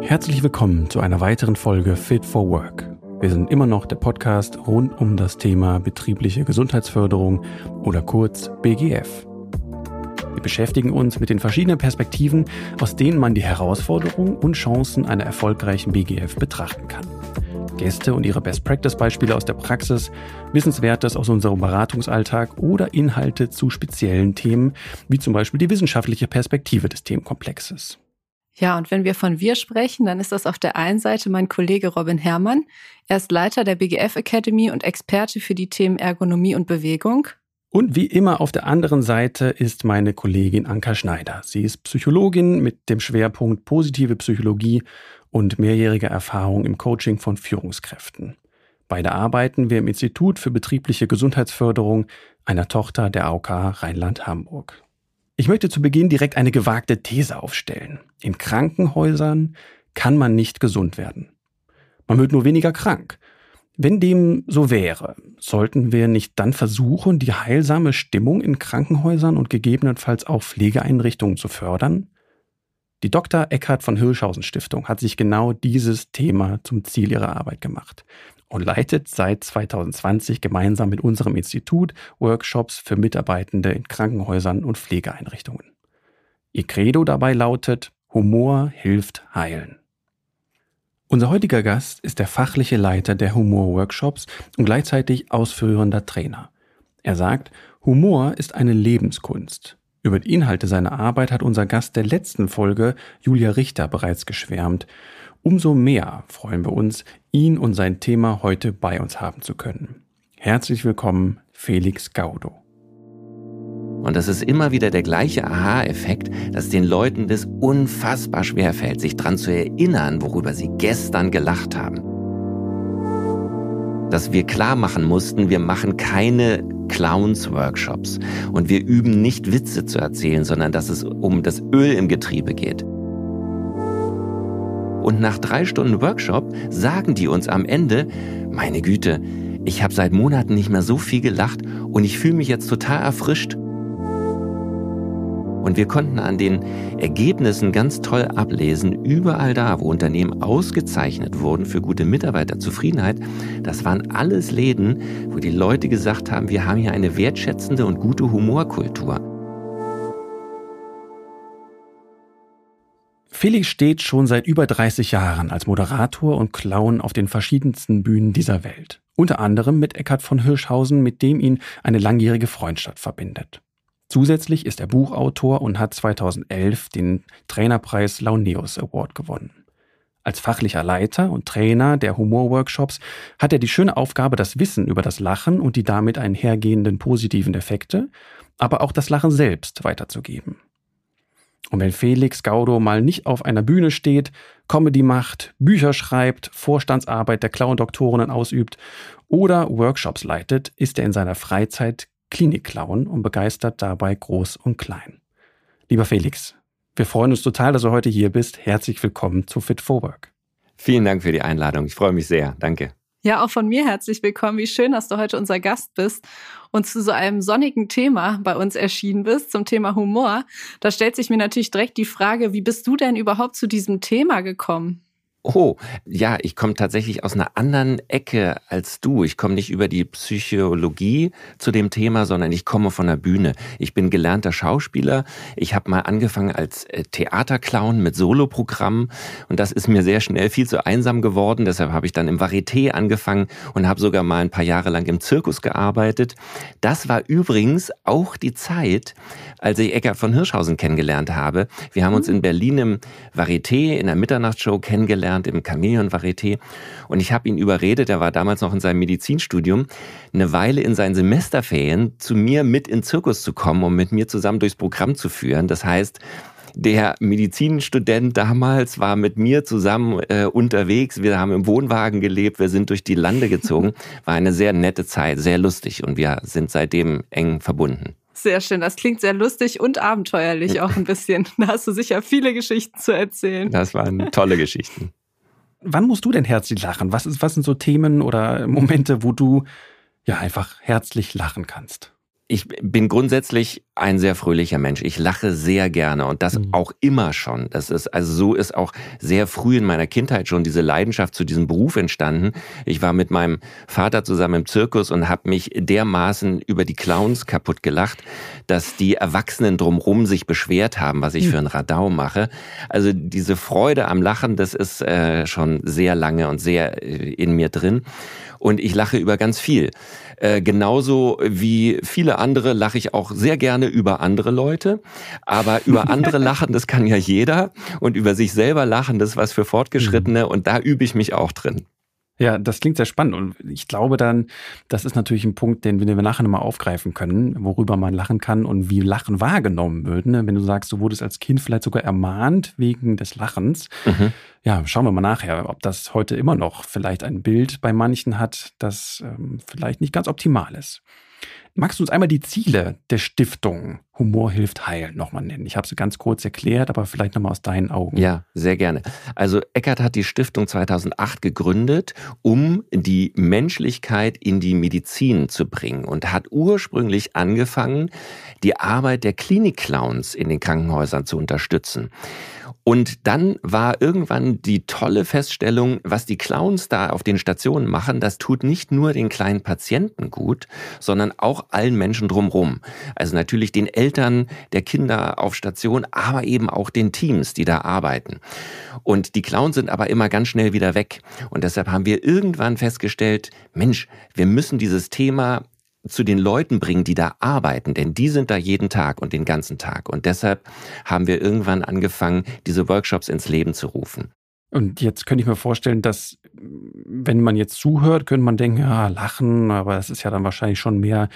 Herzlich willkommen zu einer weiteren Folge Fit for Work. Wir sind immer noch der Podcast rund um das Thema betriebliche Gesundheitsförderung oder kurz BGF. Wir beschäftigen uns mit den verschiedenen Perspektiven, aus denen man die Herausforderungen und Chancen einer erfolgreichen BGF betrachten kann. Gäste und ihre Best-Practice-Beispiele aus der Praxis, Wissenswertes aus unserem Beratungsalltag oder Inhalte zu speziellen Themen, wie zum Beispiel die wissenschaftliche Perspektive des Themenkomplexes. Ja, und wenn wir von wir sprechen, dann ist das auf der einen Seite mein Kollege Robin Herrmann. Er ist Leiter der BGF Academy und Experte für die Themen Ergonomie und Bewegung. Und wie immer auf der anderen Seite ist meine Kollegin Anka Schneider. Sie ist Psychologin mit dem Schwerpunkt positive Psychologie und mehrjährige Erfahrung im Coaching von Führungskräften. Beide arbeiten wir im Institut für betriebliche Gesundheitsförderung, einer Tochter der AOK Rheinland-Hamburg. Ich möchte zu Beginn direkt eine gewagte These aufstellen. In Krankenhäusern kann man nicht gesund werden. Man wird nur weniger krank. Wenn dem so wäre, sollten wir nicht dann versuchen, die heilsame Stimmung in Krankenhäusern und gegebenenfalls auch Pflegeeinrichtungen zu fördern? Die Dr. Eckhard von Hirschhausen Stiftung hat sich genau dieses Thema zum Ziel ihrer Arbeit gemacht und leitet seit 2020 gemeinsam mit unserem Institut Workshops für Mitarbeitende in Krankenhäusern und Pflegeeinrichtungen. Ihr Credo dabei lautet: Humor hilft heilen. Unser heutiger Gast ist der fachliche Leiter der Humor-Workshops und gleichzeitig ausführender Trainer. Er sagt, Humor ist eine Lebenskunst. Über die Inhalte seiner Arbeit hat unser Gast der letzten Folge, Julia Richter, bereits geschwärmt. Umso mehr freuen wir uns, ihn und sein Thema heute bei uns haben zu können. Herzlich willkommen, Felix Gaudo. Und das ist immer wieder der gleiche Aha-Effekt, dass den Leuten das unfassbar schwer fällt, sich daran zu erinnern, worüber sie gestern gelacht haben. Dass wir klar machen mussten, wir machen keine Clowns-Workshops und wir üben nicht Witze zu erzählen, sondern dass es um das Öl im Getriebe geht. Und nach 3 Stunden Workshop sagen die uns am Ende, meine Güte, ich habe seit Monaten nicht mehr so viel gelacht und ich fühle mich jetzt total erfrischt. Und wir konnten an den Ergebnissen ganz toll ablesen, überall da, wo Unternehmen ausgezeichnet wurden für gute Mitarbeiterzufriedenheit, das waren alles Läden, wo die Leute gesagt haben, wir haben hier eine wertschätzende und gute Humorkultur. Felix steht schon seit über 30 Jahren als Moderator und Clown auf den verschiedensten Bühnen dieser Welt. Unter anderem mit Eckhard von Hirschhausen, mit dem ihn eine langjährige Freundschaft verbindet. Zusätzlich ist er Buchautor und hat 2011 den Trainerpreis Launeus Award gewonnen. Als fachlicher Leiter und Trainer der Humor-Workshops hat er die schöne Aufgabe, das Wissen über das Lachen und die damit einhergehenden positiven Effekte, aber auch das Lachen selbst weiterzugeben. Und wenn Felix Gaudo mal nicht auf einer Bühne steht, Comedy macht, Bücher schreibt, Vorstandsarbeit der Clown-Doktorinnen ausübt oder Workshops leitet, ist er in seiner Freizeit Klinik-Clown und begeistert dabei groß und klein. Lieber Felix, wir freuen uns total, dass du heute hier bist. Herzlich willkommen zu Fit for Work. Vielen Dank für die Einladung. Ich freue mich sehr. Danke. Ja, auch von mir herzlich willkommen. Wie schön, dass du heute unser Gast bist und zu so einem sonnigen Thema bei uns erschienen bist, zum Thema Humor. Da stellt sich mir natürlich direkt die Frage, wie bist du denn überhaupt zu diesem Thema gekommen? Oh, ja, ich komme tatsächlich aus einer anderen Ecke als du. Ich komme nicht über die Psychologie zu dem Thema, sondern ich komme von der Bühne. Ich bin gelernter Schauspieler. Ich habe mal angefangen als Theaterclown mit Soloprogrammen und das ist mir sehr schnell viel zu einsam geworden. Deshalb habe ich dann im Varieté angefangen und habe sogar mal ein paar Jahre lang im Zirkus gearbeitet. Das war übrigens auch die Zeit, als ich Eckhard von Hirschhausen kennengelernt habe. Wir haben uns in Berlin im Varieté, in der Mitternachtsshow kennengelernt, im Chameleon-Varieté. Und ich habe ihn überredet, er war damals noch in seinem Medizinstudium, eine Weile in seinen Semesterferien zu mir mit in den Zirkus zu kommen, um mit mir zusammen durchs Programm zu führen. Das heißt, der Medizinstudent damals war mit mir zusammen unterwegs. Wir haben im Wohnwagen gelebt, wir sind durch die Lande gezogen. War eine sehr nette Zeit, sehr lustig und wir sind seitdem eng verbunden. Sehr schön, das klingt sehr lustig und abenteuerlich auch ein bisschen. Da hast du sicher viele Geschichten zu erzählen. Das waren tolle Geschichten. Wann musst du denn herzlich lachen? Was sind so Themen oder Momente, wo du ja einfach herzlich lachen kannst? Ich bin grundsätzlich ein sehr fröhlicher Mensch. Ich lache sehr gerne und das auch immer schon. So ist auch sehr früh in meiner Kindheit schon diese Leidenschaft zu diesem Beruf entstanden. Ich war mit meinem Vater zusammen im Zirkus und habe mich dermaßen über die Clowns kaputt gelacht, dass die Erwachsenen drumherum sich beschwert haben, was ich für ein Radau mache. Also diese Freude am Lachen, das ist schon sehr lange und sehr in mir drin. Und ich lache über ganz viel. Genauso wie viele andere lache ich auch sehr gerne über andere Leute. Aber über andere lachen, das kann ja jeder. Und über sich selber lachen, das ist was für Fortgeschrittene. Und da übe ich mich auch drin. Ja, das klingt sehr spannend und ich glaube dann, das ist natürlich ein Punkt, den wir nachher nochmal aufgreifen können, worüber man lachen kann und wie Lachen wahrgenommen wird. Ne? Wenn du sagst, du wurdest als Kind vielleicht sogar ermahnt wegen des Lachens. Ja, schauen wir mal nachher, ob das heute immer noch vielleicht ein Bild bei manchen hat, das vielleicht nicht ganz optimal ist. Magst du uns einmal die Ziele der Stiftung Humor hilft heilen nochmal nennen? Ich habe sie ganz kurz erklärt, aber vielleicht nochmal aus deinen Augen. Ja, sehr gerne. Also Eckart hat die Stiftung 2008 gegründet, um die Menschlichkeit in die Medizin zu bringen und hat ursprünglich angefangen, die Arbeit der Klinik-Clowns in den Krankenhäusern zu unterstützen. Und dann war irgendwann die tolle Feststellung, was die Clowns da auf den Stationen machen, das tut nicht nur den kleinen Patienten gut, sondern auch allen Menschen drumherum. Also natürlich den Eltern der Kinder auf Station, aber eben auch den Teams, die da arbeiten. Und die Clowns sind aber immer ganz schnell wieder weg. Und deshalb haben wir irgendwann festgestellt, Mensch, wir müssen dieses Thema zu den Leuten bringen, die da arbeiten, denn die sind da jeden Tag und den ganzen Tag. Und deshalb haben wir irgendwann angefangen, diese Workshops ins Leben zu rufen. Und jetzt könnte ich mir vorstellen, dass, wenn man jetzt zuhört, könnte man denken, ja, lachen, aber das ist ja dann wahrscheinlich schon mehr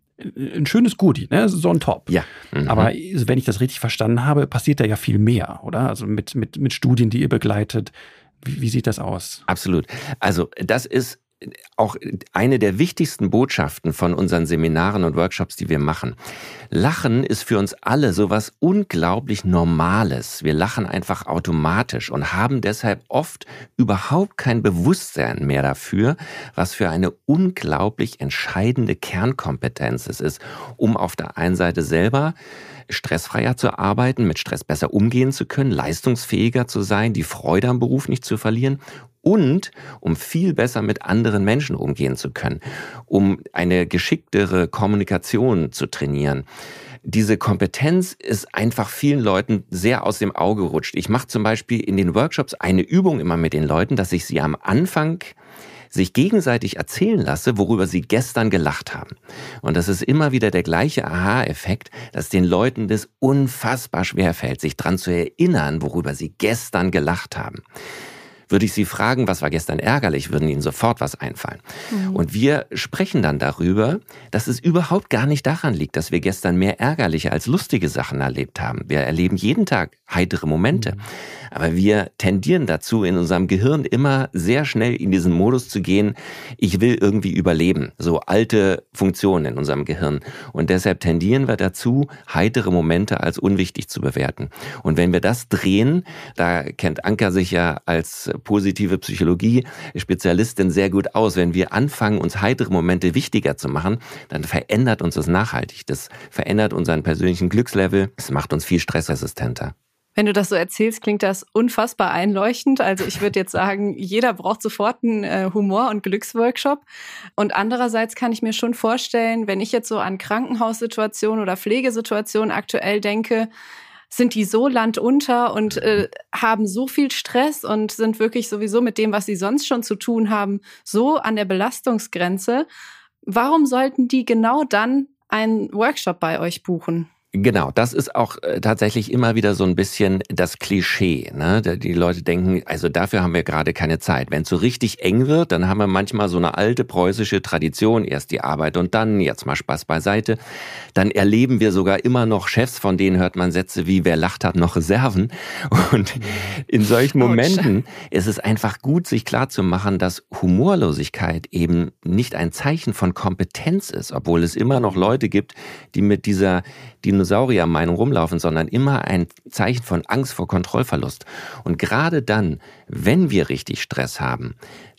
ein schönes Goodie, ne? So ein Top. Ja. Aber wenn ich das richtig verstanden habe, passiert da ja viel mehr, oder? Also mit Studien, die ihr begleitet. Wie sieht das aus? Absolut. Also das ist auch eine der wichtigsten Botschaften von unseren Seminaren und Workshops, die wir machen. Lachen ist für uns alle sowas unglaublich Normales. Wir lachen einfach automatisch und haben deshalb oft überhaupt kein Bewusstsein mehr dafür, was für eine unglaublich entscheidende Kernkompetenz es ist, um auf der einen Seite selber stressfreier zu arbeiten, mit Stress besser umgehen zu können, leistungsfähiger zu sein, die Freude am Beruf nicht zu verlieren und um viel besser mit anderen Menschen umgehen zu können, um eine geschicktere Kommunikation zu trainieren. Diese Kompetenz ist einfach vielen Leuten sehr aus dem Auge gerutscht. Ich mache zum Beispiel in den Workshops eine Übung immer mit den Leuten, dass ich sie am Anfang sich gegenseitig erzählen lasse, worüber sie gestern gelacht haben. Und das ist immer wieder der gleiche Aha-Effekt, dass den Leuten das unfassbar schwerfällt, sich dran zu erinnern, worüber sie gestern gelacht haben. Würde ich sie fragen, was war gestern ärgerlich, würden ihnen sofort was einfallen. Und wir sprechen dann darüber, dass es überhaupt gar nicht daran liegt, dass wir gestern mehr ärgerliche als lustige Sachen erlebt haben. Wir erleben jeden Tag heitere Momente. Aber wir tendieren dazu, in unserem Gehirn immer sehr schnell in diesen Modus zu gehen, ich will irgendwie überleben. So alte Funktionen in unserem Gehirn. Und deshalb tendieren wir dazu, heitere Momente als unwichtig zu bewerten. Und wenn wir das drehen, da kennt Anka sich ja als positive Psychologie-Spezialistin sehr gut aus. Wenn wir anfangen, uns heitere Momente wichtiger zu machen, dann verändert uns das nachhaltig. Das verändert unseren persönlichen Glückslevel. Es macht uns viel stressresistenter. Wenn du das so erzählst, klingt das unfassbar einleuchtend. Also ich würde jetzt sagen, jeder braucht sofort einen Humor- und Glücksworkshop. Und andererseits kann ich mir schon vorstellen, wenn ich jetzt so an Krankenhaussituationen oder Pflegesituationen aktuell denke, sind die so landunter und haben so viel Stress und sind wirklich sowieso mit dem, was sie sonst schon zu tun haben, so an der Belastungsgrenze. Warum sollten die genau dann einen Workshop bei euch buchen? Genau, das ist auch tatsächlich immer wieder so ein bisschen das Klischee, ne? Die Leute denken, also dafür haben wir gerade keine Zeit. Wenn es so richtig eng wird, dann haben wir manchmal so eine alte preußische Tradition, erst die Arbeit und dann, jetzt mal Spaß beiseite. Dann erleben wir sogar immer noch Chefs, von denen hört man Sätze wie, wer lacht, hat noch Reserven. Und in solchen Momenten ist es einfach gut, sich klarzumachen, dass Humorlosigkeit eben nicht ein Zeichen von Kompetenz ist, obwohl es immer noch Leute gibt, die mit dieser Dinosaurier-Meinung rumlaufen, sondern immer ein Zeichen von Angst vor Kontrollverlust. Und gerade dann, wenn wir richtig Stress haben,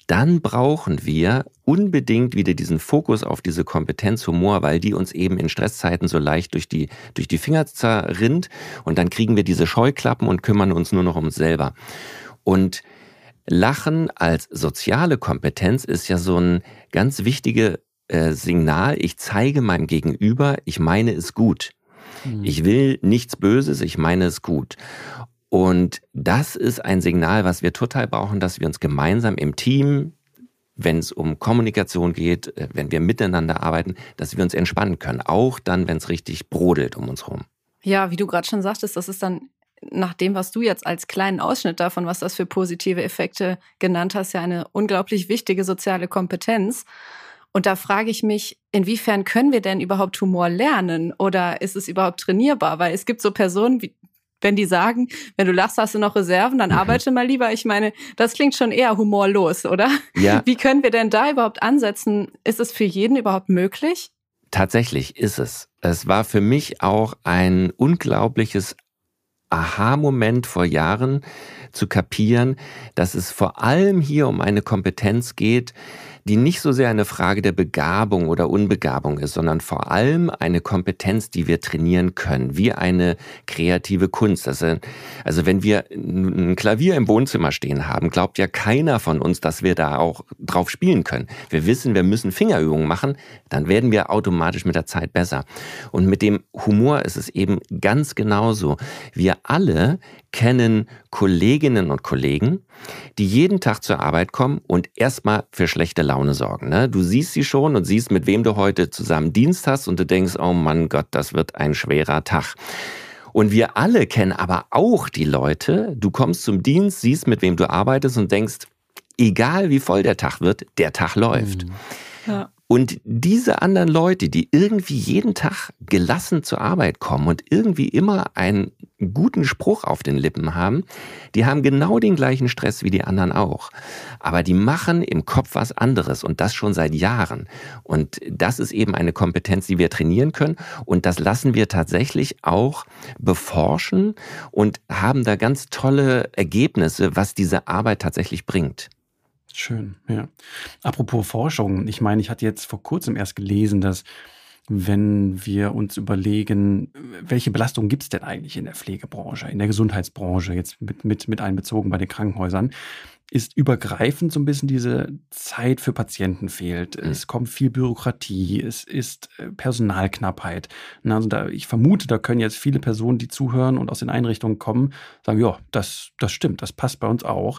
dann brauchen wir unbedingt wieder diesen Fokus auf diese Kompetenz Humor, weil die uns eben in Stresszeiten so leicht durch die Finger zerrinnt und dann kriegen wir diese Scheuklappen und kümmern uns nur noch um uns selber. Und Lachen als soziale Kompetenz ist ja so ein ganz wichtiges Signal. Ich zeige meinem Gegenüber, ich meine es gut. Ich will nichts Böses, ich meine es gut. Und das ist ein Signal, was wir total brauchen, dass wir uns gemeinsam im Team, wenn es um Kommunikation geht, wenn wir miteinander arbeiten, dass wir uns entspannen können. Auch dann, wenn es richtig brodelt um uns herum. Ja, wie du gerade schon sagtest, das ist dann nach dem, was du jetzt als kleinen Ausschnitt davon, was das für positive Effekte genannt hast, ja eine unglaublich wichtige soziale Kompetenz. Und da frage ich mich, inwiefern können wir denn überhaupt Humor lernen oder ist es überhaupt trainierbar? Weil es gibt so Personen, wenn die sagen, wenn du lachst, hast du noch Reserven, dann arbeite mal lieber. Ich meine, das klingt schon eher humorlos, oder? Ja. Wie können wir denn da überhaupt ansetzen? Ist es für jeden überhaupt möglich? Tatsächlich ist es. Es war für mich auch ein unglaubliches Aha-Moment vor Jahren zu kapieren, dass es vor allem hier um eine Kompetenz geht, die nicht so sehr eine Frage der Begabung oder Unbegabung ist, sondern vor allem eine Kompetenz, die wir trainieren können, wie eine kreative Kunst. Also wenn wir ein Klavier im Wohnzimmer stehen haben, glaubt ja keiner von uns, dass wir da auch drauf spielen können. Wir wissen, wir müssen Fingerübungen machen, dann werden wir automatisch mit der Zeit besser. Und mit dem Humor ist es eben ganz genauso. Wir alle kennen Kolleginnen und Kollegen, die jeden Tag zur Arbeit kommen und erstmal für schlechte Laune sorgen. Ne? Du siehst sie schon und siehst, mit wem du heute zusammen Dienst hast und du denkst, oh Mann Gott, das wird ein schwerer Tag. Und wir alle kennen aber auch die Leute, du kommst zum Dienst, siehst, mit wem du arbeitest und denkst, egal wie voll der Tag wird, der Tag läuft. Ja. Und diese anderen Leute, die irgendwie jeden Tag gelassen zur Arbeit kommen und irgendwie immer einen guten Spruch auf den Lippen haben, die haben genau den gleichen Stress wie die anderen auch. Aber die machen im Kopf was anderes und das schon seit Jahren. Und das ist eben eine Kompetenz, die wir trainieren können. Und das lassen wir tatsächlich auch beforschen und haben da ganz tolle Ergebnisse, was diese Arbeit tatsächlich bringt. Schön, ja. Apropos Forschung, ich meine, ich hatte jetzt vor kurzem erst gelesen, dass wenn wir uns überlegen, welche Belastung gibt es denn eigentlich in der Pflegebranche, in der Gesundheitsbranche, jetzt mit einbezogen bei den Krankenhäusern, ist übergreifend so ein bisschen diese Zeit für Patienten fehlt. Es kommt viel Bürokratie, es ist Personalknappheit. Also ich vermute, da können jetzt viele Personen, die zuhören und aus den Einrichtungen kommen, sagen, ja, das stimmt, das passt bei uns auch.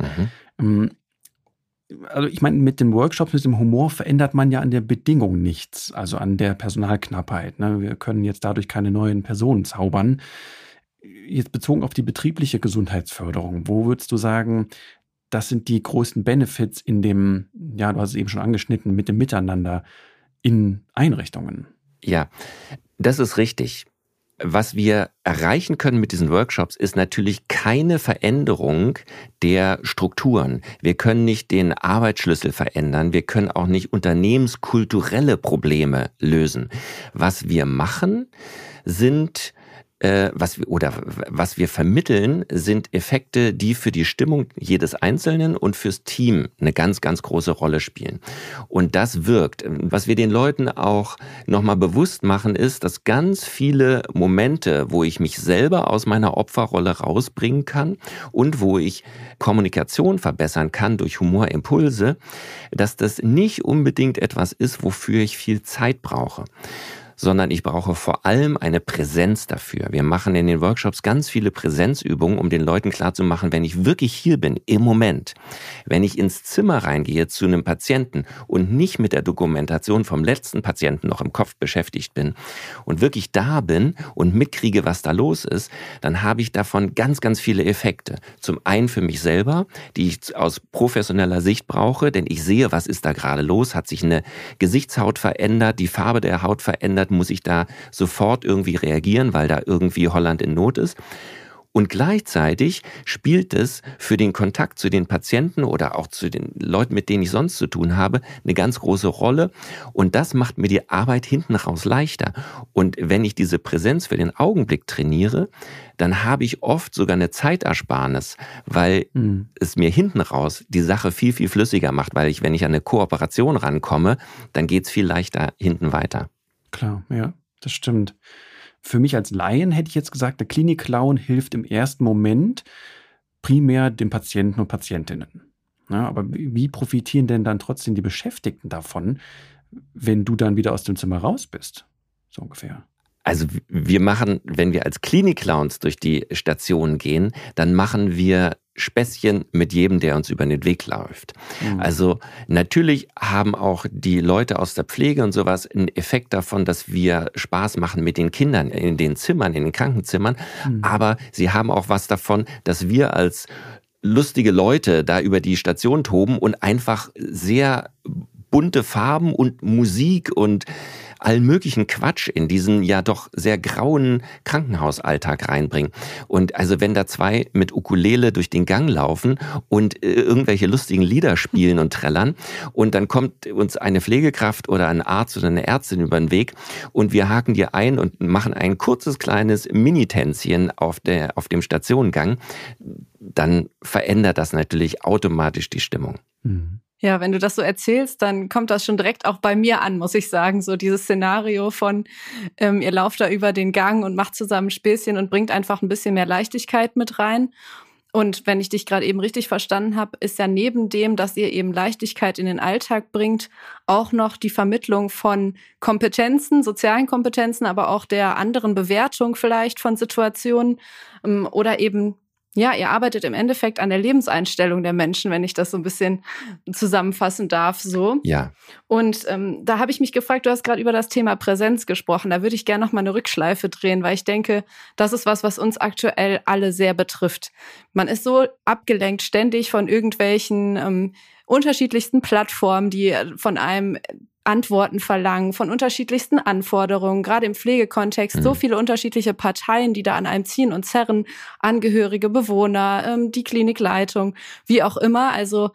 Also ich meine, mit den Workshops, mit dem Humor verändert man ja an der Bedingung nichts, also an der Personalknappheit. Ne? Wir können jetzt dadurch keine neuen Personen zaubern. Jetzt bezogen auf die betriebliche Gesundheitsförderung, wo würdest du sagen, das sind die größten Benefits in dem, ja, du hast es eben schon angeschnitten, mit dem Miteinander in Einrichtungen? Ja, das ist richtig. Was wir erreichen können mit diesen Workshops, ist natürlich keine Veränderung der Strukturen. Wir können nicht den Arbeitsschlüssel verändern. Wir können auch nicht unternehmenskulturelle Probleme lösen. Was wir machen, sind was wir vermitteln, sind Effekte, die für die Stimmung jedes Einzelnen und fürs Team eine ganz, ganz große Rolle spielen. Und das wirkt. Was wir den Leuten auch nochmal bewusst machen, ist, dass ganz viele Momente, wo ich mich selber aus meiner Opferrolle rausbringen kann und wo ich Kommunikation verbessern kann durch Humorimpulse, dass das nicht unbedingt etwas ist, wofür ich viel Zeit brauche, sondern ich brauche vor allem eine Präsenz dafür. Wir machen in den Workshops ganz viele Präsenzübungen, um den Leuten klarzumachen, wenn ich wirklich hier bin, im Moment, wenn ich ins Zimmer reingehe zu einem Patienten und nicht mit der Dokumentation vom letzten Patienten noch im Kopf beschäftigt bin und wirklich da bin und mitkriege, was da los ist, dann habe ich davon ganz, ganz viele Effekte. Zum einen für mich selber, die ich aus professioneller Sicht brauche, denn ich sehe, was ist da gerade los, hat sich eine Gesichtshaut verändert, die Farbe der Haut verändert, muss ich da sofort irgendwie reagieren, weil da irgendwie Holland in Not ist. Und gleichzeitig spielt es für den Kontakt zu den Patienten oder auch zu den Leuten, mit denen ich sonst zu tun habe, eine ganz große Rolle. Und das macht mir die Arbeit hinten raus leichter. Und wenn ich diese Präsenz für den Augenblick trainiere, dann habe ich oft sogar eine Zeitersparnis, weil es mir hinten raus die Sache viel, viel flüssiger macht. Weil wenn ich an eine Kooperation rankomme, dann geht es viel leichter hinten weiter. Klar, ja, das stimmt. Für mich als Laien hätte ich jetzt gesagt, der Klinik-Clown hilft im ersten Moment primär den Patienten und Patientinnen. Ja, aber wie profitieren denn dann trotzdem die Beschäftigten davon, wenn du dann wieder aus dem Zimmer raus bist? So ungefähr. Also wir machen, wenn wir als Klinik-Clowns durch die Station gehen, dann machen wir Späßchen mit jedem, der uns über den Weg läuft. Also natürlich haben auch die Leute aus der Pflege und sowas einen Effekt davon, dass wir Spaß machen mit den Kindern in den Zimmern, in den Krankenzimmern. Aber sie haben auch was davon, dass wir als lustige Leute da über die Station toben und einfach sehr bunte Farben und Musik und allen möglichen Quatsch in diesen ja doch sehr grauen Krankenhausalltag reinbringen. Und also wenn da zwei mit Ukulele durch den Gang laufen und irgendwelche lustigen Lieder spielen und trällern und dann kommt uns eine Pflegekraft oder ein Arzt oder eine Ärztin über den Weg und wir haken die ein und machen ein kurzes kleines Minitänzchen auf dem Stationengang, dann verändert das natürlich automatisch die Stimmung. Ja, wenn du das so erzählst, dann kommt das schon direkt auch bei mir an, muss ich sagen. So dieses Szenario von, ihr lauft da über den Gang und macht zusammen Späßchen und bringt einfach ein bisschen mehr Leichtigkeit mit rein. Und wenn ich dich gerade eben richtig verstanden habe, ist ja neben dem, dass ihr eben Leichtigkeit in den Alltag bringt, auch noch die Vermittlung von Kompetenzen, sozialen Kompetenzen, aber auch der anderen Bewertung vielleicht von Situationen oder eben ja, ihr arbeitet im Endeffekt an der Lebenseinstellung der Menschen, wenn ich das so ein bisschen zusammenfassen darf. So. Ja. Und da habe ich mich gefragt, du hast gerade über das Thema Präsenz gesprochen. Da würde ich gerne noch mal eine Rückschleife drehen, weil ich denke, das ist was uns aktuell alle sehr betrifft. Man ist so abgelenkt ständig von irgendwelchen unterschiedlichsten Plattformen, die von einem Antworten verlangen, von unterschiedlichsten Anforderungen, gerade im Pflegekontext, so viele unterschiedliche Parteien, die da an einem ziehen und zerren, Angehörige, Bewohner, die Klinikleitung, wie auch immer. Also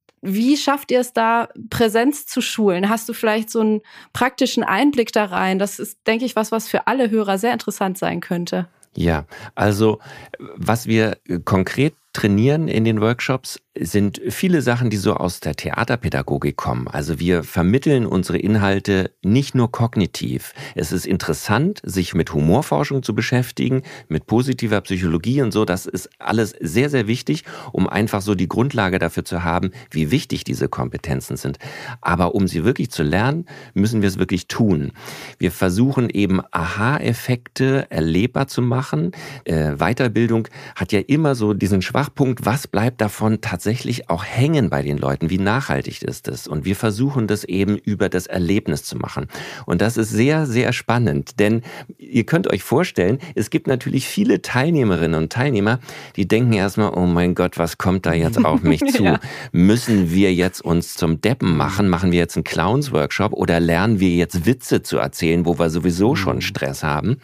wie schafft ihr es da, Präsenz zu schulen? Hast du vielleicht so einen praktischen Einblick da rein? Das ist, denke ich, was für alle Hörer sehr interessant sein könnte. Ja, also was wir konkret trainieren in den Workshops, sind viele Sachen, die so aus der Theaterpädagogik kommen. Also wir vermitteln unsere Inhalte nicht nur kognitiv. Es ist interessant, sich mit Humorforschung zu beschäftigen, mit positiver Psychologie und so. Das ist alles sehr, sehr wichtig, um einfach so die Grundlage dafür zu haben, wie wichtig diese Kompetenzen sind. Aber um sie wirklich zu lernen, müssen wir es wirklich tun. Wir versuchen eben Aha-Effekte erlebbar zu machen. Weiterbildung hat ja immer so diesen Schwachpunkt, was bleibt davon tatsächlich auch hängen bei den Leuten, wie nachhaltig ist das? Und wir versuchen das eben über das Erlebnis zu machen. Und das ist sehr, sehr spannend, denn ihr könnt euch vorstellen, es gibt natürlich viele Teilnehmerinnen und Teilnehmer, die denken erstmal, oh mein Gott, was kommt da jetzt auf mich zu? Ja. Müssen wir jetzt uns zum Deppen machen? Machen wir jetzt einen Clowns-Workshop oder lernen wir jetzt Witze zu erzählen, wo wir sowieso schon Stress haben?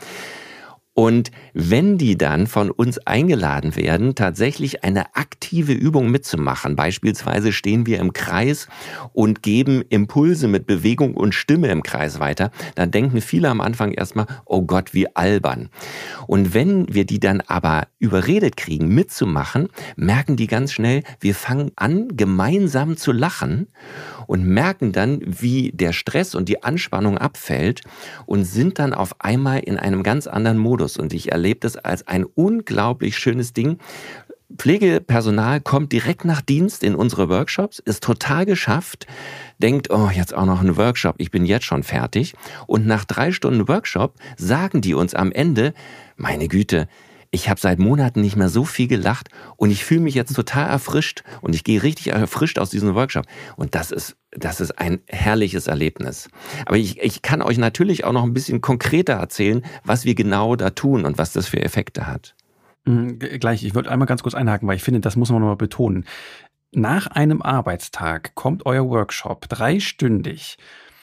Und wenn die dann von uns eingeladen werden, tatsächlich eine aktive Übung mitzumachen, beispielsweise stehen wir im Kreis und geben Impulse mit Bewegung und Stimme im Kreis weiter, dann denken viele am Anfang erstmal, oh Gott, wie albern. Und wenn wir die dann aber überredet kriegen, mitzumachen, merken die ganz schnell, wir fangen an, gemeinsam zu lachen und merken dann, wie der Stress und die Anspannung abfällt und sind dann auf einmal in einem ganz anderen Modus. Und ich erlebe das als ein unglaublich schönes Ding. Pflegepersonal kommt direkt nach Dienst in unsere Workshops, ist total geschafft, denkt, oh, jetzt auch noch ein Workshop, ich bin jetzt schon fertig. Und nach 3 Stunden Workshop sagen die uns am Ende, meine Güte, ich habe seit Monaten nicht mehr so viel gelacht und ich fühle mich jetzt total erfrischt und ich gehe richtig erfrischt aus diesem Workshop. Und das ist ein herrliches Erlebnis. Aber ich kann euch natürlich auch noch ein bisschen konkreter erzählen, was wir genau da tun und was das für Effekte hat. Gleich, ich würde einmal ganz kurz einhaken, weil ich finde, das muss man nochmal betonen. Nach einem Arbeitstag kommt euer Workshop 3-stündig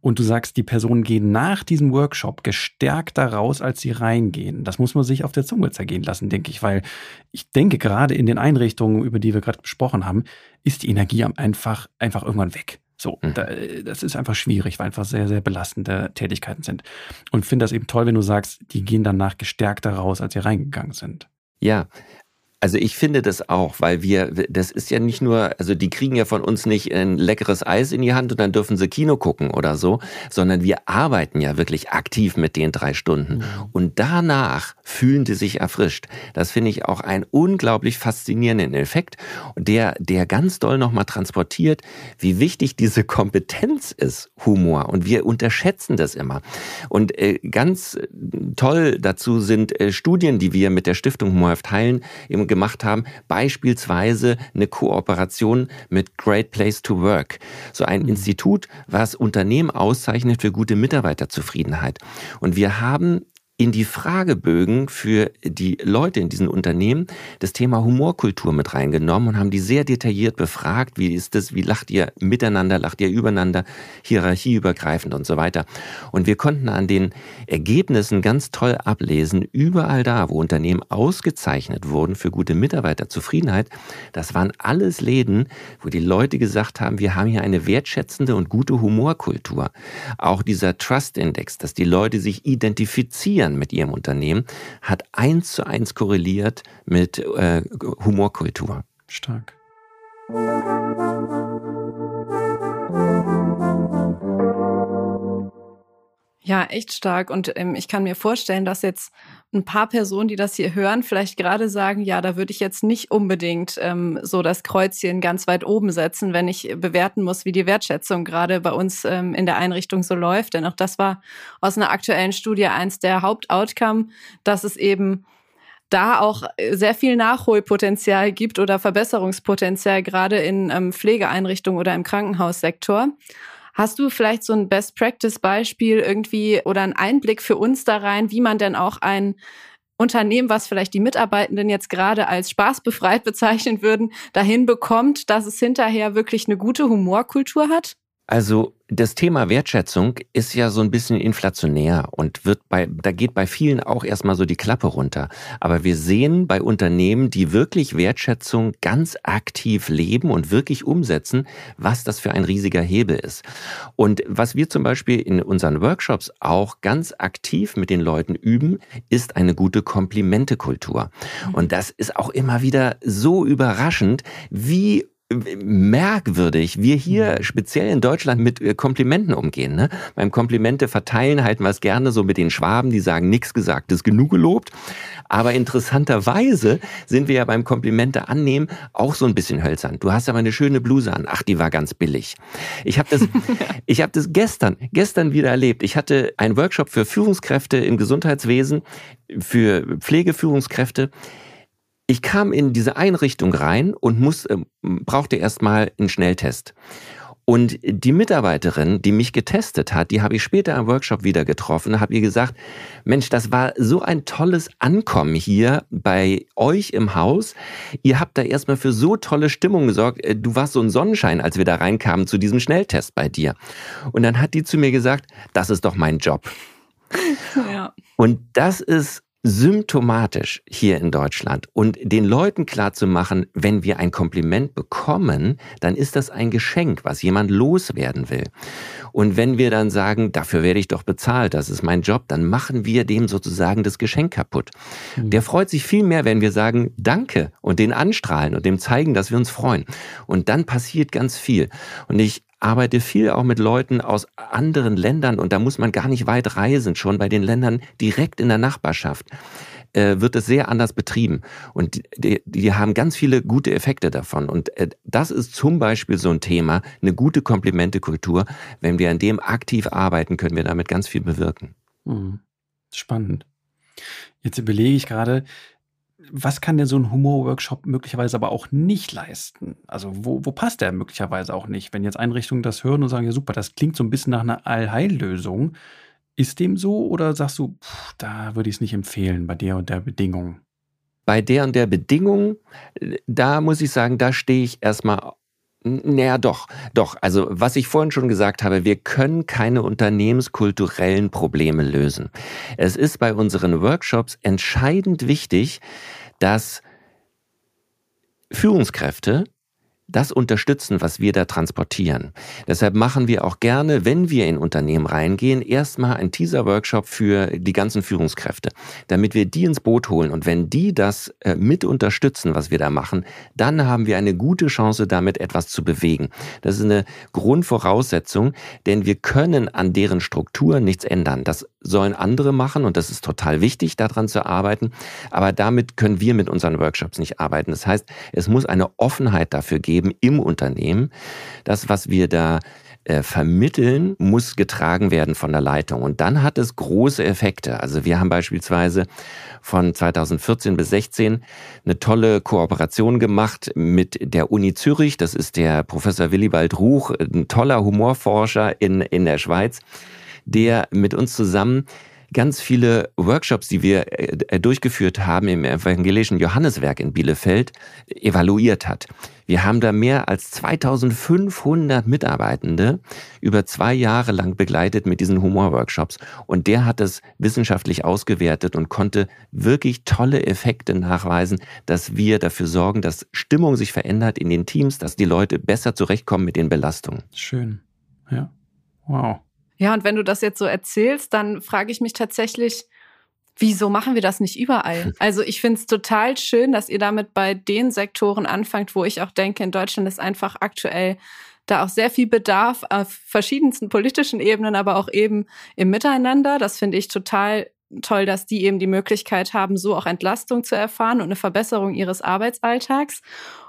und du sagst, die Personen gehen nach diesem Workshop gestärkter raus, als sie reingehen. Das muss man sich auf der Zunge zergehen lassen, denke ich, weil ich denke, gerade in den Einrichtungen, über die wir gerade gesprochen haben, ist die Energie einfach irgendwann weg. So, das ist einfach schwierig, weil einfach sehr, sehr belastende Tätigkeiten sind. Und finde das eben toll, wenn du sagst, die gehen danach gestärkter raus, als sie reingegangen sind. Ja, also ich finde das auch, weil das ist ja nicht nur, also die kriegen ja von uns nicht ein leckeres Eis in die Hand und dann dürfen sie Kino gucken oder so, sondern wir arbeiten ja wirklich aktiv mit den 3 Stunden. Und danach fühlen die sich erfrischt. Das finde ich auch einen unglaublich faszinierenden Effekt, der ganz doll nochmal transportiert, wie wichtig diese Kompetenz ist, Humor. Und wir unterschätzen das immer. Und ganz toll dazu sind Studien, die wir mit der Stiftung Humorhaft Heilen eben gemacht haben, beispielsweise eine Kooperation mit Great Place to Work, so ein Institut, was Unternehmen auszeichnet für gute Mitarbeiterzufriedenheit. Und wir haben in die Fragebögen für die Leute in diesen Unternehmen das Thema Humorkultur mit reingenommen und haben die sehr detailliert befragt. Wie ist das? Wie lacht ihr miteinander? Lacht ihr übereinander? Hierarchieübergreifend und so weiter. Und wir konnten an den Ergebnissen ganz toll ablesen, überall da, wo Unternehmen ausgezeichnet wurden für gute Mitarbeiterzufriedenheit, das waren alles Läden, wo die Leute gesagt haben, wir haben hier eine wertschätzende und gute Humorkultur. Auch dieser Trust Index, dass die Leute sich identifizieren mit ihrem Unternehmen, hat 1:1 korreliert mit Humorkultur. Stark. Ja, echt stark. Und ich kann mir vorstellen, dass jetzt ein paar Personen, die das hier hören, vielleicht gerade sagen, ja, da würde ich jetzt nicht unbedingt so das Kreuzchen ganz weit oben setzen, wenn ich bewerten muss, wie die Wertschätzung gerade bei uns in der Einrichtung so läuft. Denn auch das war aus einer aktuellen Studie eins der Hauptoutcome, dass es eben da auch sehr viel Nachholpotenzial gibt oder Verbesserungspotenzial, gerade in Pflegeeinrichtungen oder im Krankenhaussektor. Hast du vielleicht so ein Best-Practice-Beispiel irgendwie oder einen Einblick für uns da rein, wie man denn auch ein Unternehmen, was vielleicht die Mitarbeitenden jetzt gerade als spaßbefreit bezeichnen würden, dahin bekommt, dass es hinterher wirklich eine gute Humorkultur hat? Also das Thema Wertschätzung ist ja so ein bisschen inflationär und da geht bei vielen auch erstmal so die Klappe runter. Aber wir sehen bei Unternehmen, die wirklich Wertschätzung ganz aktiv leben und wirklich umsetzen, was das für ein riesiger Hebel ist. Und was wir zum Beispiel in unseren Workshops auch ganz aktiv mit den Leuten üben, ist eine gute Komplimentekultur. Und das ist auch immer wieder so überraschend, wie merkwürdig wir hier speziell in Deutschland mit Komplimenten umgehen. Ne? Beim Komplimente verteilen halten wir es gerne so mit den Schwaben, die sagen, nichts gesagt, ist genug gelobt. Aber interessanterweise sind wir ja beim Komplimente annehmen auch so ein bisschen hölzern. Du hast aber eine schöne Bluse an. Ach, die war ganz billig. Ich habe das gestern wieder erlebt. Ich hatte einen Workshop für Führungskräfte im Gesundheitswesen, für Pflegeführungskräfte. Ich kam in diese Einrichtung rein und brauchte erstmal einen Schnelltest. Und die Mitarbeiterin, die mich getestet hat, die habe ich später im Workshop wieder getroffen, habe ihr gesagt, Mensch, das war so ein tolles Ankommen hier bei euch im Haus. Ihr habt da erstmal für so tolle Stimmung gesorgt. Du warst so ein Sonnenschein, als wir da reinkamen zu diesem Schnelltest bei dir. Und dann hat die zu mir gesagt, das ist doch mein Job. Ja. Und das ist symptomatisch hier in Deutschland und den Leuten klarzumachen, wenn wir ein Kompliment bekommen, dann ist das ein Geschenk, was jemand loswerden will. Und wenn wir dann sagen, dafür werde ich doch bezahlt, das ist mein Job, dann machen wir dem sozusagen das Geschenk kaputt. Der freut sich viel mehr, wenn wir sagen Danke und den anstrahlen und dem zeigen, dass wir uns freuen. Und dann passiert ganz viel. Und ich arbeite viel auch mit Leuten aus anderen Ländern und da muss man gar nicht weit reisen, schon bei den Ländern direkt in der Nachbarschaft wird es sehr anders betrieben und die haben ganz viele gute Effekte davon und das ist zum Beispiel so ein Thema, eine gute Komplimentekultur. Wenn wir an dem aktiv arbeiten, können wir damit ganz viel bewirken. Spannend. Jetzt überlege ich gerade, was kann denn so ein Humor-Workshop möglicherweise aber auch nicht leisten? Also wo passt der möglicherweise auch nicht? Wenn jetzt Einrichtungen das hören und sagen, ja super, das klingt so ein bisschen nach einer Allheillösung. Ist dem so oder sagst du, da würde ich es nicht empfehlen bei der und der Bedingung? Bei der und der Bedingung, da muss ich sagen, da stehe ich erstmal Naja, doch. Also was ich vorhin schon gesagt habe, wir können keine unternehmenskulturellen Probleme lösen. Es ist bei unseren Workshops entscheidend wichtig, dass Führungskräfte das unterstützen, was wir da transportieren. Deshalb machen wir auch gerne, wenn wir in Unternehmen reingehen, erstmal einen Teaser-Workshop für die ganzen Führungskräfte, damit wir die ins Boot holen. Und wenn die das mit unterstützen, was wir da machen, dann haben wir eine gute Chance, damit etwas zu bewegen. Das ist eine Grundvoraussetzung, denn wir können an deren Strukturen nichts ändern. Das sollen andere machen und das ist total wichtig, daran zu arbeiten. Aber damit können wir mit unseren Workshops nicht arbeiten. Das heißt, es muss eine Offenheit dafür geben im Unternehmen. Das, was wir da vermitteln, muss getragen werden von der Leitung. Und dann hat es große Effekte. Also wir haben beispielsweise von 2014 bis 2016 eine tolle Kooperation gemacht mit der Uni Zürich. Das ist der Professor Willibald Ruch, ein toller Humorforscher in der Schweiz, der mit uns zusammen ganz viele Workshops, die wir durchgeführt haben im evangelischen Johanneswerk in Bielefeld, evaluiert hat. Wir haben da mehr als 2500 Mitarbeitende über 2 Jahre lang begleitet mit diesen Humorworkshops. Und der hat es wissenschaftlich ausgewertet und konnte wirklich tolle Effekte nachweisen, dass wir dafür sorgen, dass Stimmung sich verändert in den Teams, dass die Leute besser zurechtkommen mit den Belastungen. Schön. Ja. Wow. Ja, und wenn du das jetzt so erzählst, dann frage ich mich tatsächlich, wieso machen wir das nicht überall? Also ich finde es total schön, dass ihr damit bei den Sektoren anfangt, wo ich auch denke, in Deutschland ist einfach aktuell da auch sehr viel Bedarf auf verschiedensten politischen Ebenen, aber auch eben im Miteinander. Das finde ich total toll, dass die eben die Möglichkeit haben, so auch Entlastung zu erfahren und eine Verbesserung ihres Arbeitsalltags.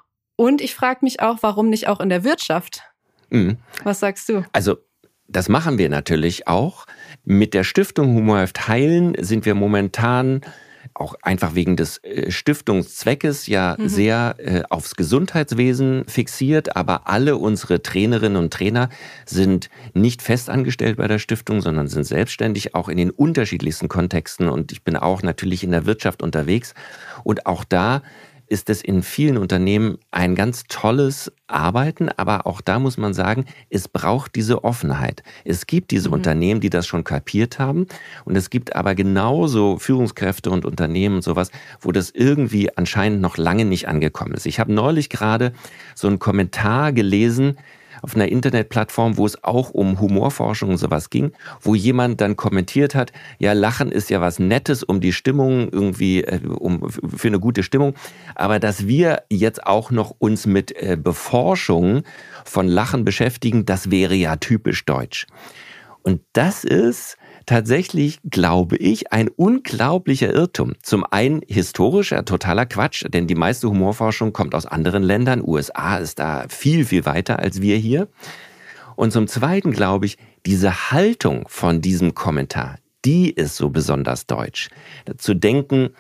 Und ich frage mich auch, warum nicht auch in der Wirtschaft? Mhm. Was sagst du? Also das machen wir natürlich auch. Mit der Stiftung Humor hilft heilen sind wir momentan auch einfach wegen des Stiftungszweckes sehr aufs Gesundheitswesen fixiert. Aber alle unsere Trainerinnen und Trainer sind nicht festangestellt bei der Stiftung, sondern sind selbstständig, auch in den unterschiedlichsten Kontexten. Und ich bin auch natürlich in der Wirtschaft unterwegs. Und auch da ist es in vielen Unternehmen ein ganz tolles Arbeiten, aber auch da muss man sagen, es braucht diese Offenheit. Es gibt diese Unternehmen, die das schon kapiert haben und es gibt aber genauso Führungskräfte und Unternehmen und sowas, wo das irgendwie anscheinend noch lange nicht angekommen ist. Ich habe neulich gerade so einen Kommentar gelesen auf einer Internetplattform, wo es auch um Humorforschung und sowas ging, wo jemand dann kommentiert hat, ja, Lachen ist ja was Nettes, um die Stimmung irgendwie, für eine gute Stimmung, aber dass wir jetzt auch noch uns mit Beforschung von Lachen beschäftigen, das wäre ja typisch deutsch. Und das ist tatsächlich, glaube ich, ein unglaublicher Irrtum. Zum einen historischer, totaler Quatsch, denn die meiste Humorforschung kommt aus anderen Ländern. USA ist da viel, viel weiter als wir hier. Und zum zweiten glaube ich, diese Haltung von diesem Kommentar, die ist so besonders deutsch. Zu denken,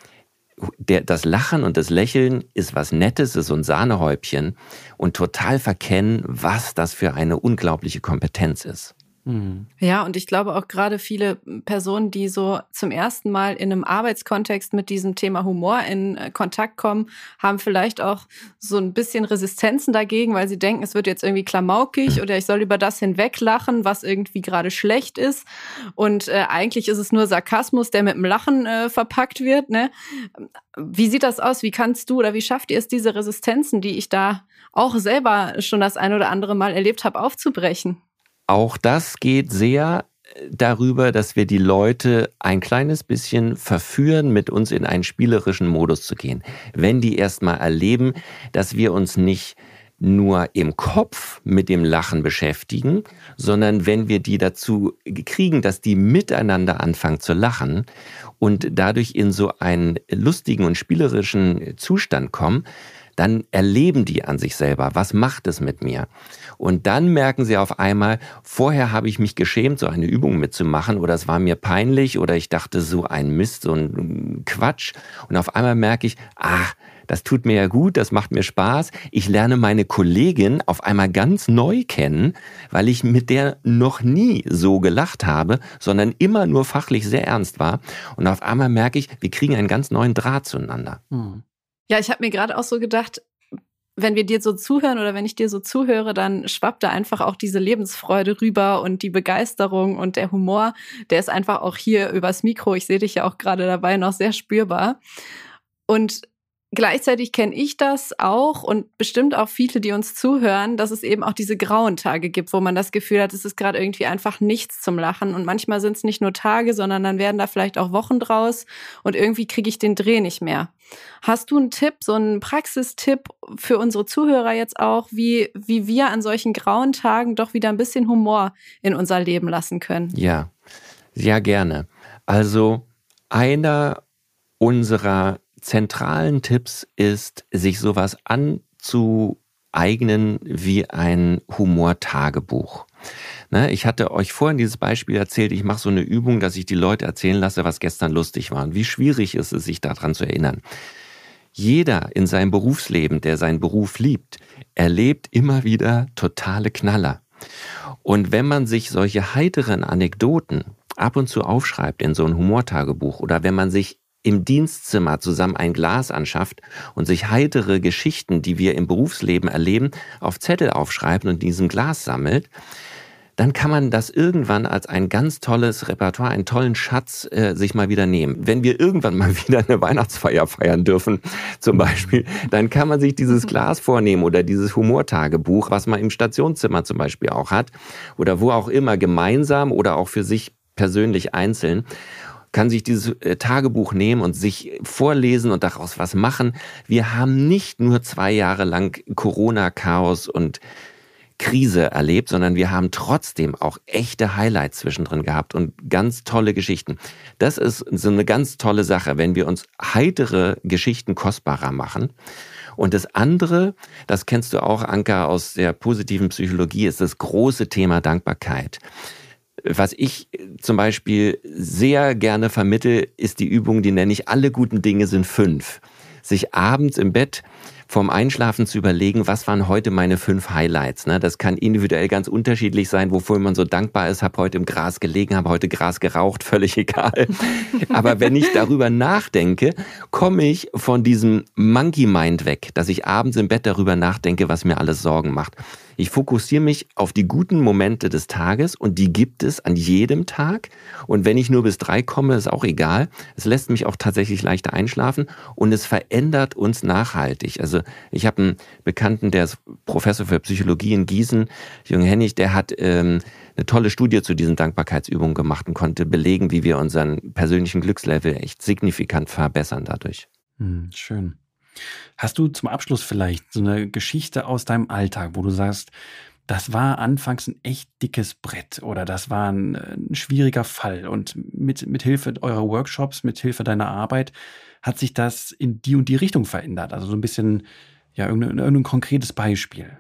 das Lachen und das Lächeln ist was Nettes, ist so ein Sahnehäubchen und total verkennen, was das für eine unglaubliche Kompetenz ist. Ja, und ich glaube auch gerade viele Personen, die so zum ersten Mal in einem Arbeitskontext mit diesem Thema Humor in Kontakt kommen, haben vielleicht auch so ein bisschen Resistenzen dagegen, weil sie denken, es wird jetzt irgendwie klamaukig oder ich soll über das hinweglachen, was irgendwie gerade schlecht ist. Und eigentlich ist es nur Sarkasmus, der mit dem Lachen verpackt wird, ne? Wie sieht das aus? Wie kannst du oder wie schafft ihr es, diese Resistenzen, die ich da auch selber schon das ein oder andere Mal erlebt habe, aufzubrechen? Auch das geht sehr darüber, dass wir die Leute ein kleines bisschen verführen, mit uns in einen spielerischen Modus zu gehen. Wenn die erstmal erleben, dass wir uns nicht nur im Kopf mit dem Lachen beschäftigen, sondern wenn wir die dazu kriegen, dass die miteinander anfangen zu lachen und dadurch in so einen lustigen und spielerischen Zustand kommen, dann erleben die an sich selber, was macht es mit mir? Und dann merken sie auf einmal, vorher habe ich mich geschämt, so eine Übung mitzumachen oder es war mir peinlich oder ich dachte so ein Mist, so ein Quatsch. Und auf einmal merke ich, das tut mir ja gut, das macht mir Spaß. Ich lerne meine Kollegin auf einmal ganz neu kennen, weil ich mit der noch nie so gelacht habe, sondern immer nur fachlich sehr ernst war. Und auf einmal merke ich, wir kriegen einen ganz neuen Draht zueinander. Ja, ich habe mir gerade auch so gedacht, wenn wir dir so zuhören oder wenn ich dir so zuhöre, dann schwappt da einfach auch diese Lebensfreude rüber und die Begeisterung und der Humor, der ist einfach auch hier übers Mikro, ich sehe dich ja auch gerade dabei, noch sehr spürbar. Und gleichzeitig kenne ich das auch und bestimmt auch viele, die uns zuhören, dass es eben auch diese grauen Tage gibt, wo man das Gefühl hat, es ist gerade irgendwie einfach nichts zum Lachen. Und manchmal sind es nicht nur Tage, sondern dann werden da vielleicht auch Wochen draus und irgendwie kriege ich den Dreh nicht mehr. Hast du einen Tipp, so einen Praxistipp für unsere Zuhörer jetzt auch, wie wir an solchen grauen Tagen doch wieder ein bisschen Humor in unser Leben lassen können? Ja, sehr gerne. Also einer unserer zentralen Tipps ist, sich sowas anzueignen wie ein Humortagebuch. Ich hatte euch vorhin dieses Beispiel erzählt, ich mache so eine Übung, dass ich die Leute erzählen lasse, was gestern lustig war und wie schwierig ist es, sich daran zu erinnern. Jeder in seinem Berufsleben, der seinen Beruf liebt, erlebt immer wieder totale Knaller. Und wenn man sich solche heiteren Anekdoten ab und zu aufschreibt in so ein Humortagebuch oder wenn man sich im Dienstzimmer zusammen ein Glas anschafft und sich heitere Geschichten, die wir im Berufsleben erleben, auf Zettel aufschreibt und in diesem Glas sammelt, dann kann man das irgendwann als ein ganz tolles Repertoire, einen tollen Schatz sich mal wieder nehmen. Wenn wir irgendwann mal wieder eine Weihnachtsfeier feiern dürfen, zum Beispiel, dann kann man sich dieses Glas vornehmen oder dieses Humortagebuch, was man im Stationszimmer zum Beispiel auch hat oder wo auch immer, gemeinsam oder auch für sich persönlich einzeln, kann sich dieses Tagebuch nehmen und sich vorlesen und daraus was machen. Wir haben nicht nur 2 Jahre lang Corona-Chaos und Krise erlebt, sondern wir haben trotzdem auch echte Highlights zwischendrin gehabt und ganz tolle Geschichten. Das ist so eine ganz tolle Sache, wenn wir uns heitere Geschichten kostbarer machen. Und das andere, das kennst du auch, Anka, aus der positiven Psychologie, ist das große Thema Dankbarkeit. Was ich zum Beispiel sehr gerne vermittle, ist die Übung, die nenne ich alle guten Dinge sind 5. Sich abends im Bett vorm Einschlafen zu überlegen, was waren heute meine 5 Highlights. Das kann individuell ganz unterschiedlich sein, wofür man so dankbar ist. Habe heute im Gras gelegen, habe heute Gras geraucht, völlig egal. Aber wenn ich darüber nachdenke, komme ich von diesem Monkey Mind weg, dass ich abends im Bett darüber nachdenke, was mir alles Sorgen macht. Ich fokussiere mich auf die guten Momente des Tages und die gibt es an jedem Tag. Und wenn ich nur bis 3 komme, ist auch egal. Es lässt mich auch tatsächlich leichter einschlafen und es verändert uns nachhaltig. Also ich habe einen Bekannten, der ist Professor für Psychologie in Gießen, Jürgen Hennig, der hat eine tolle Studie zu diesen Dankbarkeitsübungen gemacht und konnte belegen, wie wir unseren persönlichen Glückslevel echt signifikant verbessern dadurch. Schön. Hast du zum Abschluss vielleicht so eine Geschichte aus deinem Alltag, wo du sagst, das war anfangs ein echt dickes Brett oder das war ein schwieriger Fall und mit Hilfe eurer Workshops, mit Hilfe deiner Arbeit hat sich das in die und die Richtung verändert? Also so ein bisschen, ja, irgendein konkretes Beispiel.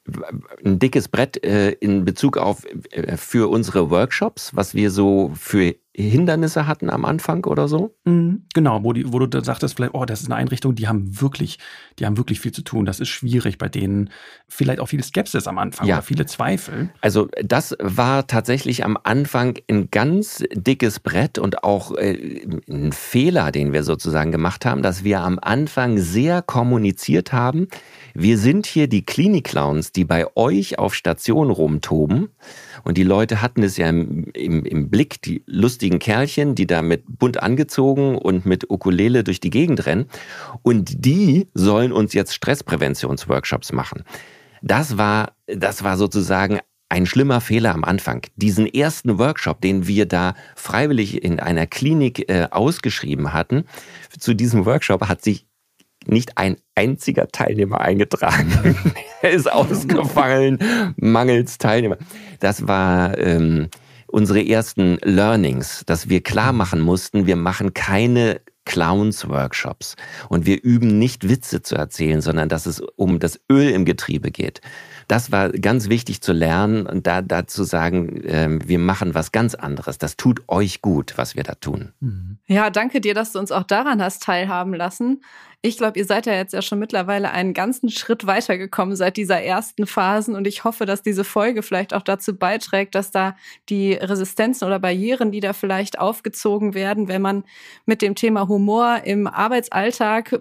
Ein dickes Brett in Bezug auf für unsere Workshops, was wir so für Hindernisse hatten am Anfang oder so? Genau, wo du da sagtest, vielleicht, das ist eine Einrichtung, die haben wirklich viel zu tun. Das ist schwierig, bei denen vielleicht auch viel Skepsis am Anfang oder viele Zweifel. Also das war tatsächlich am Anfang ein ganz dickes Brett und auch ein Fehler, den wir sozusagen gemacht haben, dass wir am Anfang sehr kommuniziert haben. Wir sind hier die Klinik-Clowns, die bei euch auf Station rumtoben. Und die Leute hatten es ja im Blick, die lustigen Kerlchen, die da mit bunt angezogen und mit Ukulele durch die Gegend rennen. Und die sollen uns jetzt Stresspräventionsworkshops machen. Das war sozusagen ein schlimmer Fehler am Anfang. Diesen ersten Workshop, den wir da freiwillig in einer Klinik ausgeschrieben hatten, zu diesem Workshop hat sich nicht ein einziger Teilnehmer eingetragen. Er ist ausgefallen, mangels Teilnehmer. Das war unsere ersten Learnings, dass wir klar machen mussten, wir machen keine Clowns-Workshops und wir üben nicht Witze zu erzählen, sondern dass es um das Öl im Getriebe geht. Das war ganz wichtig zu lernen und da zu sagen, wir machen was ganz anderes. Das tut euch gut, was wir da tun. Ja, danke dir, dass du uns auch daran hast teilhaben lassen. Ich glaube, ihr seid ja jetzt ja schon mittlerweile einen ganzen Schritt weitergekommen seit dieser ersten Phasen und ich hoffe, dass diese Folge vielleicht auch dazu beiträgt, dass da die Resistenzen oder Barrieren, die da vielleicht aufgezogen werden, wenn man mit dem Thema Humor im Arbeitsalltag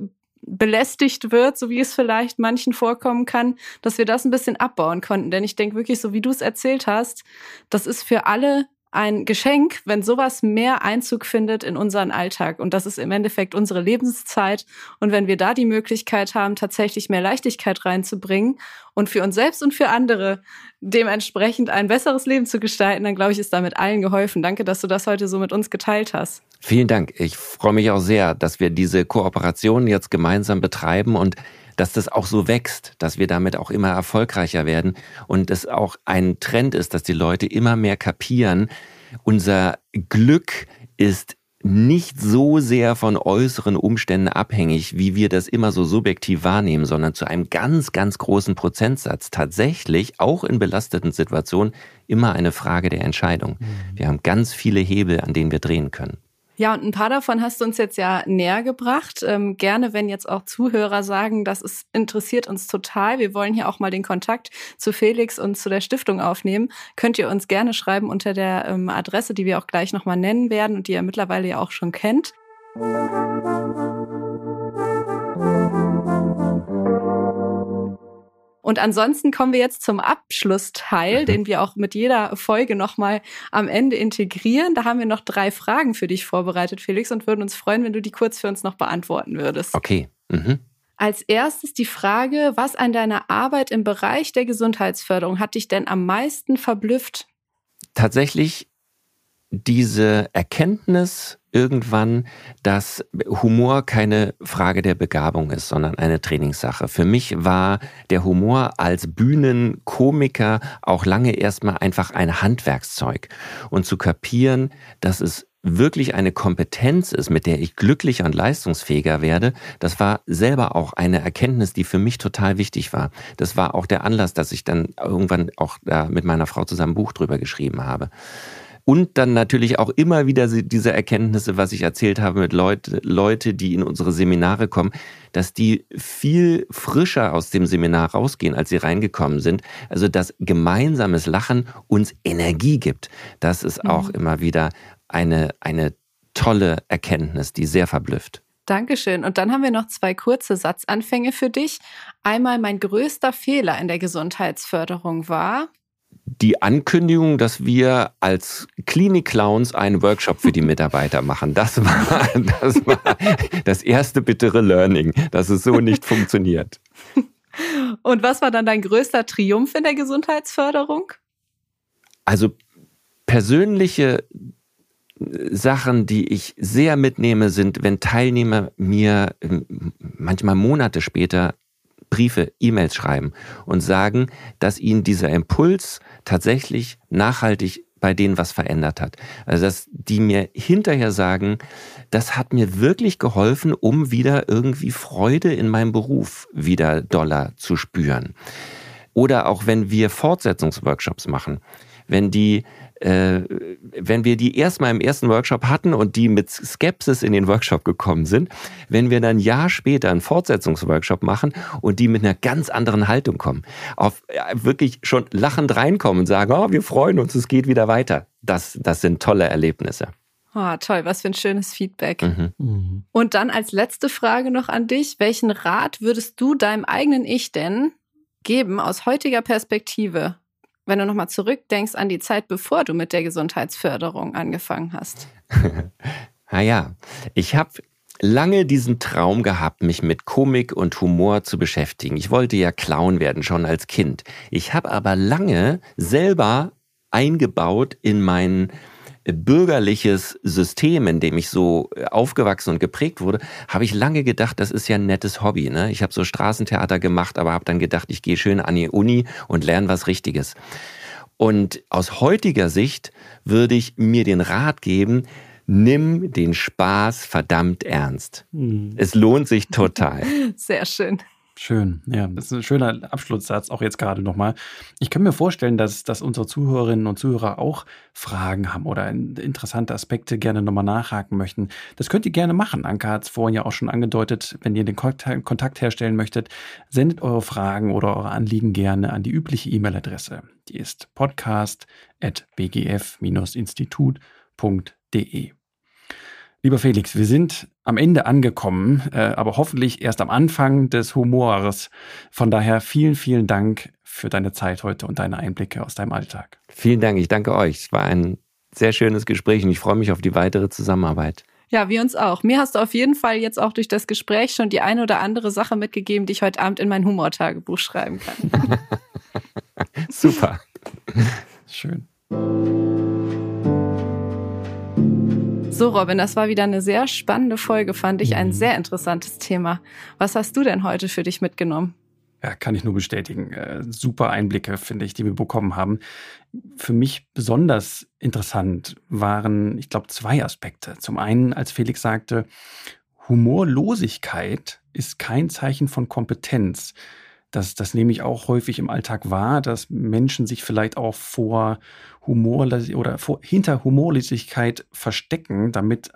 belästigt wird, so wie es vielleicht manchen vorkommen kann, dass wir das ein bisschen abbauen konnten. Denn ich denke wirklich, so wie du es erzählt hast, das ist für alle ein Geschenk, wenn sowas mehr Einzug findet in unseren Alltag. Und das ist im Endeffekt unsere Lebenszeit. Und wenn wir da die Möglichkeit haben, tatsächlich mehr Leichtigkeit reinzubringen und für uns selbst und für andere dementsprechend ein besseres Leben zu gestalten, dann glaube ich, ist damit allen geholfen. Danke, dass du das heute so mit uns geteilt hast. Vielen Dank. Ich freue mich auch sehr, dass wir diese Kooperation jetzt gemeinsam betreiben und dass das auch so wächst, dass wir damit auch immer erfolgreicher werden und es auch ein Trend ist, dass die Leute immer mehr kapieren, unser Glück ist nicht so sehr von äußeren Umständen abhängig, wie wir das immer so subjektiv wahrnehmen, sondern zu einem ganz, ganz großen Prozentsatz tatsächlich, auch in belasteten Situationen, immer eine Frage der Entscheidung. Wir haben ganz viele Hebel, an denen wir drehen können. Ja, und ein paar davon hast du uns jetzt ja näher gebracht. Gerne, wenn jetzt auch Zuhörer sagen, interessiert uns total. Wir wollen hier auch mal den Kontakt zu Felix und zu der Stiftung aufnehmen. Könnt ihr uns gerne schreiben unter der Adresse, die wir auch gleich nochmal nennen werden und die ihr mittlerweile ja auch schon kennt. Und ansonsten kommen wir jetzt zum Abschlussteil, den wir auch mit jeder Folge nochmal am Ende integrieren. Da haben wir noch 3 Fragen für dich vorbereitet, Felix, und würden uns freuen, wenn du die kurz für uns noch beantworten würdest. Okay. Als erstes die Frage, was an deiner Arbeit im Bereich der Gesundheitsförderung hat dich denn am meisten verblüfft? Tatsächlich diese Erkenntnis irgendwann, dass Humor keine Frage der Begabung ist, sondern eine Trainingssache. Für mich war der Humor als Bühnenkomiker auch lange erstmal einfach ein Handwerkszeug. Und zu kapieren, dass es wirklich eine Kompetenz ist, mit der ich glücklicher und leistungsfähiger werde, das war selber auch eine Erkenntnis, die für mich total wichtig war. Das war auch der Anlass, dass ich dann irgendwann auch da mit meiner Frau zusammen ein Buch drüber geschrieben habe. Und dann natürlich auch immer wieder diese Erkenntnisse, was ich erzählt habe mit Leute, die in unsere Seminare kommen, dass die viel frischer aus dem Seminar rausgehen, als sie reingekommen sind. Also dass gemeinsames Lachen uns Energie gibt. Das ist auch immer wieder eine tolle Erkenntnis, die sehr verblüfft. Dankeschön. Und dann haben wir noch 2 kurze Satzanfänge für dich. Einmal, mein größter Fehler in der Gesundheitsförderung war... Die Ankündigung, dass wir als Klinik-Clowns einen Workshop für die Mitarbeiter machen, das war das erste bittere Learning, dass es so nicht funktioniert. Und was war dann dein größter Triumph in der Gesundheitsförderung? Also persönliche Sachen, die ich sehr mitnehme, sind, wenn Teilnehmer mir manchmal Monate später Briefe, E-Mails schreiben und sagen, dass ihnen dieser Impuls tatsächlich nachhaltig bei denen was verändert hat. Also dass die mir hinterher sagen, das hat mir wirklich geholfen, um wieder irgendwie Freude in meinem Beruf wieder doller zu spüren. Oder auch wenn wir Fortsetzungsworkshops machen, wenn wir die erstmal im ersten Workshop hatten und die mit Skepsis in den Workshop gekommen sind, wenn wir dann ein Jahr später einen Fortsetzungsworkshop machen und die mit einer ganz anderen Haltung kommen, auf wirklich schon lachend reinkommen und sagen, oh, wir freuen uns, es geht wieder weiter. Das sind tolle Erlebnisse. Oh, toll, was für ein schönes Feedback. Und dann als letzte Frage noch an dich. Welchen Rat würdest du deinem eigenen Ich denn geben aus heutiger Perspektive, wenn du nochmal zurückdenkst an die Zeit, bevor du mit der Gesundheitsförderung angefangen hast? Naja, ich habe lange diesen Traum gehabt, mich mit Komik und Humor zu beschäftigen. Ich wollte ja Clown werden, schon als Kind. Ich habe aber lange selber eingebaut in mein bürgerliches System, in dem ich so aufgewachsen und geprägt wurde, habe ich lange gedacht, das ist ja ein nettes Hobby. Ne? Ich habe so Straßentheater gemacht, aber habe dann gedacht, ich gehe schön an die Uni und lerne was Richtiges. Und aus heutiger Sicht würde ich mir den Rat geben, nimm den Spaß verdammt ernst. Es lohnt sich total. Sehr schön. Schön, ja, das ist ein schöner Abschlusssatz, auch jetzt gerade nochmal. Ich kann mir vorstellen, dass unsere Zuhörerinnen und Zuhörer auch Fragen haben oder interessante Aspekte gerne nochmal nachhaken möchten. Das könnt ihr gerne machen. Anka hat es vorhin ja auch schon angedeutet, wenn ihr den Kontakt herstellen möchtet, sendet eure Fragen oder eure Anliegen gerne an die übliche E-Mail-Adresse. Die ist podcast@bgf-institut.de. Lieber Felix, wir sind am Ende angekommen, aber hoffentlich erst am Anfang des Humors. Von daher vielen, vielen Dank für deine Zeit heute und deine Einblicke aus deinem Alltag. Vielen Dank, ich danke euch. Es war ein sehr schönes Gespräch und ich freue mich auf die weitere Zusammenarbeit. Ja, wir uns auch. Mir hast du auf jeden Fall jetzt auch durch das Gespräch schon die eine oder andere Sache mitgegeben, die ich heute Abend in mein Humortagebuch schreiben kann. Super. Schön. So, Robin, das war wieder eine sehr spannende Folge, fand ich. Ein sehr interessantes Thema. Was hast du denn heute für dich mitgenommen? Ja, kann ich nur bestätigen. Super Einblicke, finde ich, die wir bekommen haben. Für mich besonders interessant waren, ich glaube, 2 Aspekte. Zum einen, als Felix sagte, Humorlosigkeit ist kein Zeichen von Kompetenz. Das nehme ich auch häufig im Alltag wahr, dass Menschen sich vielleicht auch vor Humor oder hinter Humorlosigkeit verstecken, damit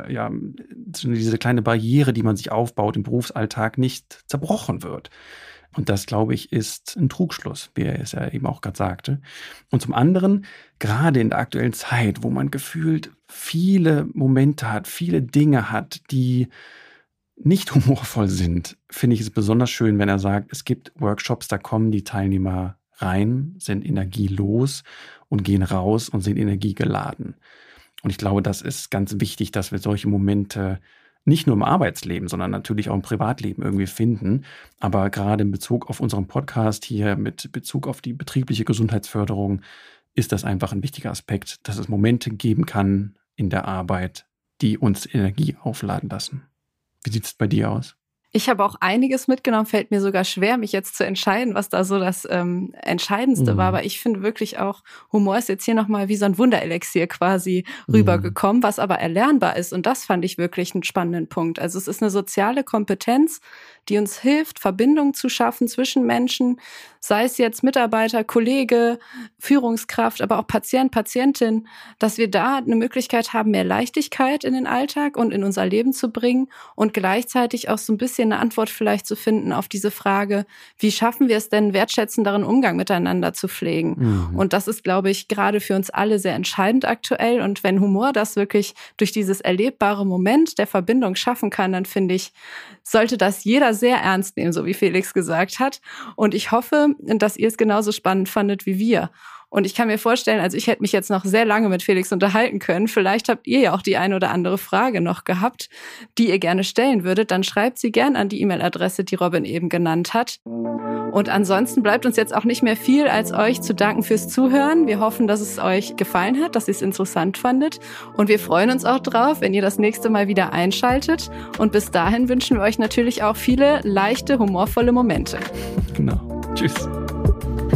diese kleine Barriere, die man sich aufbaut im Berufsalltag, nicht zerbrochen wird. Und das, glaube ich, ist ein Trugschluss, wie er es ja eben auch gerade sagte. Und zum anderen, gerade in der aktuellen Zeit, wo man gefühlt viele Momente hat, viele Dinge hat, die nicht humorvoll sind, finde ich es besonders schön, wenn er sagt, es gibt Workshops, da kommen die Teilnehmer rein, sind energielos und gehen raus und sind energiegeladen. Und ich glaube, das ist ganz wichtig, dass wir solche Momente nicht nur im Arbeitsleben, sondern natürlich auch im Privatleben irgendwie finden. Aber gerade in Bezug auf unseren Podcast hier, mit Bezug auf die betriebliche Gesundheitsförderung, ist das einfach ein wichtiger Aspekt, dass es Momente geben kann in der Arbeit, die uns Energie aufladen lassen. Wie sieht es bei dir aus? Ich habe auch einiges mitgenommen, fällt mir sogar schwer, mich jetzt zu entscheiden, was da so das Entscheidendste war. Aber ich finde wirklich auch, Humor ist jetzt hier nochmal wie so ein Wunderelixier quasi rübergekommen, was aber erlernbar ist. Und das fand ich wirklich einen spannenden Punkt. Also es ist eine soziale Kompetenz, die uns hilft, Verbindungen zu schaffen zwischen Menschen, sei es jetzt Mitarbeiter, Kollege, Führungskraft, aber auch Patient, Patientin, dass wir da eine Möglichkeit haben, mehr Leichtigkeit in den Alltag und in unser Leben zu bringen und gleichzeitig auch so ein bisschen eine Antwort vielleicht zu finden auf diese Frage, wie schaffen wir es denn, wertschätzenderen Umgang miteinander zu pflegen? Und das ist, glaube ich, gerade für uns alle sehr entscheidend aktuell. Und wenn Humor das wirklich durch dieses erlebbare Moment der Verbindung schaffen kann, dann finde ich, sollte das jeder sehr ernst nehmen, so wie Felix gesagt hat. Und ich hoffe, dass ihr es genauso spannend fandet wie wir. Und ich kann mir vorstellen, also ich hätte mich jetzt noch sehr lange mit Felix unterhalten können. Vielleicht habt ihr ja auch die eine oder andere Frage noch gehabt, die ihr gerne stellen würdet. Dann schreibt sie gern an die E-Mail-Adresse, die Robin eben genannt hat. Und ansonsten bleibt uns jetzt auch nicht mehr viel, als euch zu danken fürs Zuhören. Wir hoffen, dass es euch gefallen hat, dass ihr es interessant fandet. Und wir freuen uns auch drauf, wenn ihr das nächste Mal wieder einschaltet. Und bis dahin wünschen wir euch natürlich auch viele leichte, humorvolle Momente. Genau. Tschüss.